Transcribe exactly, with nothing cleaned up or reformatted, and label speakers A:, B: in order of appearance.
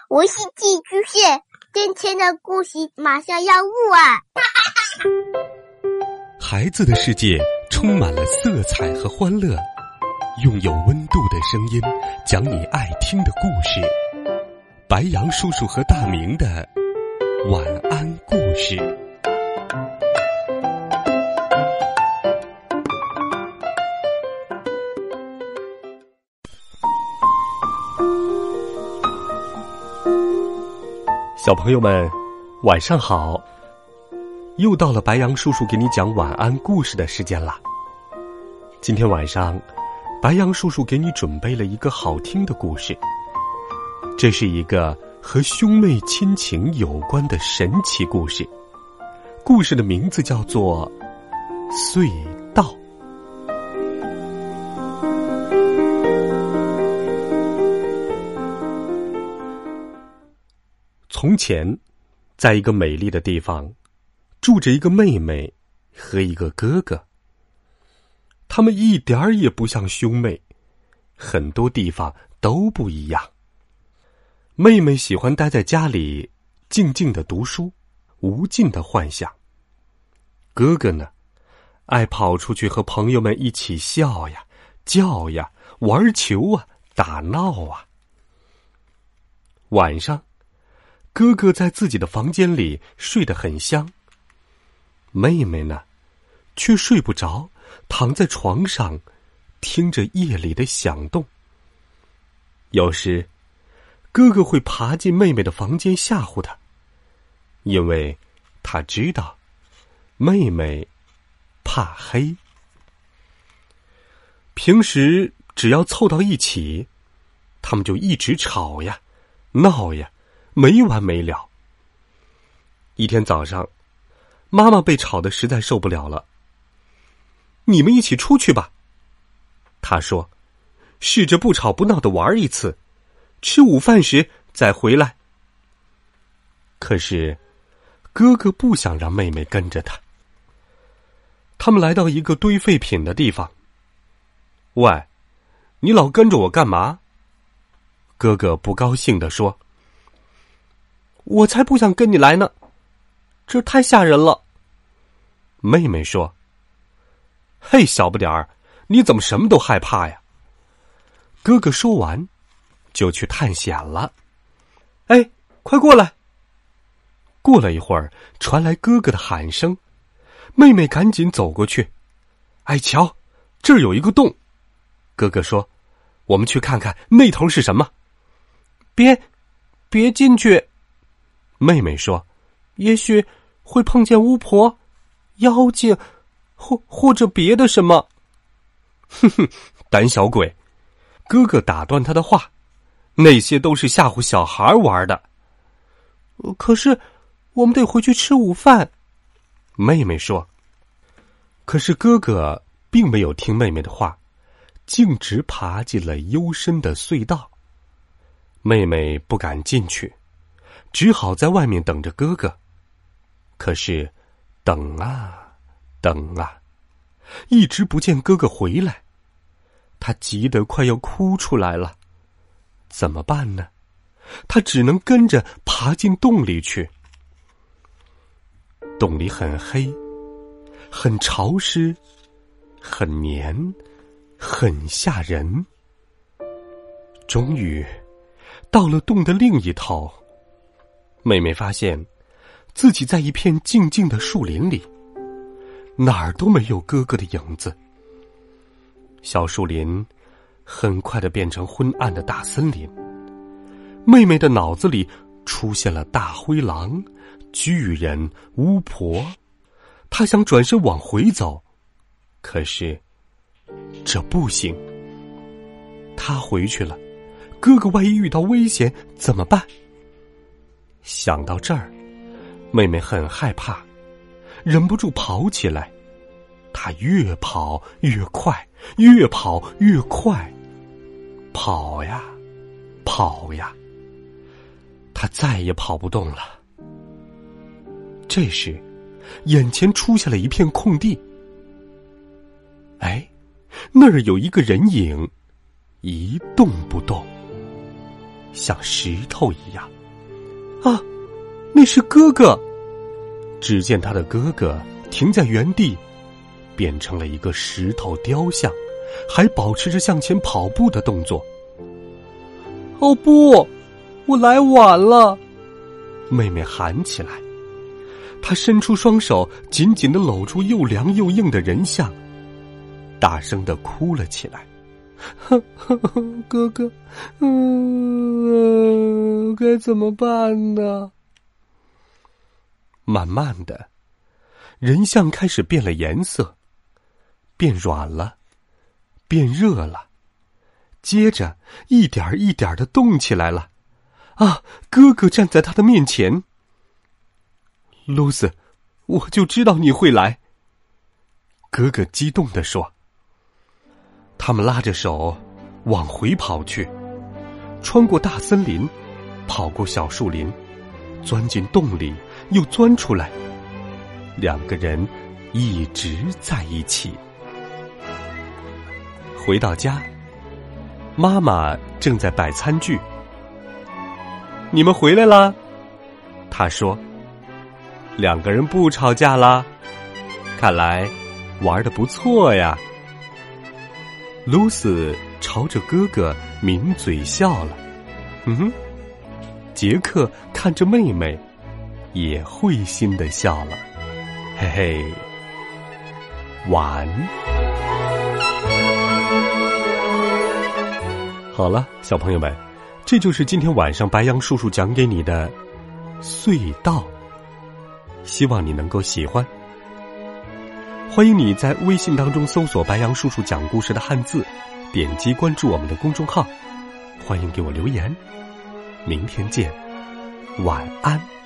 A: 我是寄居蟹，今天的故事马上要录啊！
B: 孩子的世界充满了色彩和欢乐，用有温度的声音讲你爱听的故事。白羊叔叔和大明的晚安故事。小朋友们，晚上好！又到了白羊叔叔给你讲晚安故事的时间了。今天晚上，白羊叔叔给你准备了一个好听的故事。这是一个和兄妹亲情有关的神奇故事，故事的名字叫做《隧道》。从前，在一个美丽的地方，住着一个妹妹和一个哥哥。他们一点儿也不像兄妹，很多地方都不一样。妹妹喜欢待在家里，静静地读书，无尽的幻想。哥哥呢，爱跑出去和朋友们一起笑呀、叫呀、玩球啊、打闹啊。晚上，哥哥在自己的房间里睡得很香，妹妹呢，却睡不着，躺在床上，听着夜里的响动。有时，哥哥会爬进妹妹的房间吓唬她，因为他知道妹妹怕黑。平时只要凑到一起，他们就一直吵呀、闹呀，没完没了。一天早上，妈妈被吵得实在受不了了。你们一起出去吧，她说，试着不吵不闹的玩一次，吃午饭时再回来。可是哥哥不想让妹妹跟着他。他们来到一个堆废品的地方。喂，你老跟着我干嘛？哥哥不高兴地说。我才不想跟你来呢，这太吓人了。妹妹说。嘿，小不点儿，你怎么什么都害怕呀？哥哥说完，就去探险了。哎，快过来！过了一会儿，传来哥哥的喊声，妹妹赶紧走过去。哎，瞧，这儿有一个洞。哥哥说，我们去看看那头是什么。别，别进去。妹妹说，也许会碰见巫婆、妖精，或或者别的什么。哼哼，胆小鬼！哥哥打断他的话，那些都是吓唬小孩玩的。可是我们得回去吃午饭，妹妹说。可是哥哥并没有听妹妹的话，径直爬进了幽深的隧道。妹妹不敢进去，只好在外面等着哥哥。可是等啊等啊，一直不见哥哥回来，他急得快要哭出来了。怎么办呢？他只能跟着爬进洞里去。洞里很黑，很潮湿，很黏，很吓人。终于到了洞的另一头，妹妹发现自己在一片静静的树林里，哪儿都没有哥哥的影子。小树林很快地变成昏暗的大森林。妹妹的脑子里出现了大灰狼、巨人、巫婆。她想转身往回走，可是这不行。她回去了，哥哥万一遇到危险怎么办？想到这儿，妹妹很害怕，忍不住跑起来。她越跑越快，越跑越快，跑呀跑呀，她再也跑不动了。这时，眼前出现了一片空地。哎，那儿有一个人影，一动不动。 像石头一样。啊，那是哥哥！只见他的哥哥停在原地，变成了一个石头雕像，还保持着向前跑步的动作。哦不，我来晚了！妹妹喊起来，她伸出双手，紧紧地搂住又凉又硬的人像，大声地哭了起来。哥哥，嗯，该怎么办呢？慢慢的，人像开始变了颜色，变软了，变热了，接着一点一点的动起来了。啊，哥哥站在他的面前。露丝，我就知道你会来。哥哥激动地说。他们拉着手往回跑去，穿过大森林，跑过小树林，钻进洞里，又钻出来。两个人一直在一起。回到家，妈妈正在摆餐具。你们回来啦？她说。两个人不吵架啦，看来玩得不错呀。露丝朝着哥哥抿嘴笑了。嗯哼，杰克看着妹妹，也会心地笑了。嘿嘿，晚。好了，小朋友们，这就是今天晚上白杨叔叔讲给你的隧道，希望你能够喜欢。欢迎你在微信当中搜索白杨叔叔讲故事的汉字，点击关注我们的公众号，欢迎给我留言。明天见，晚安。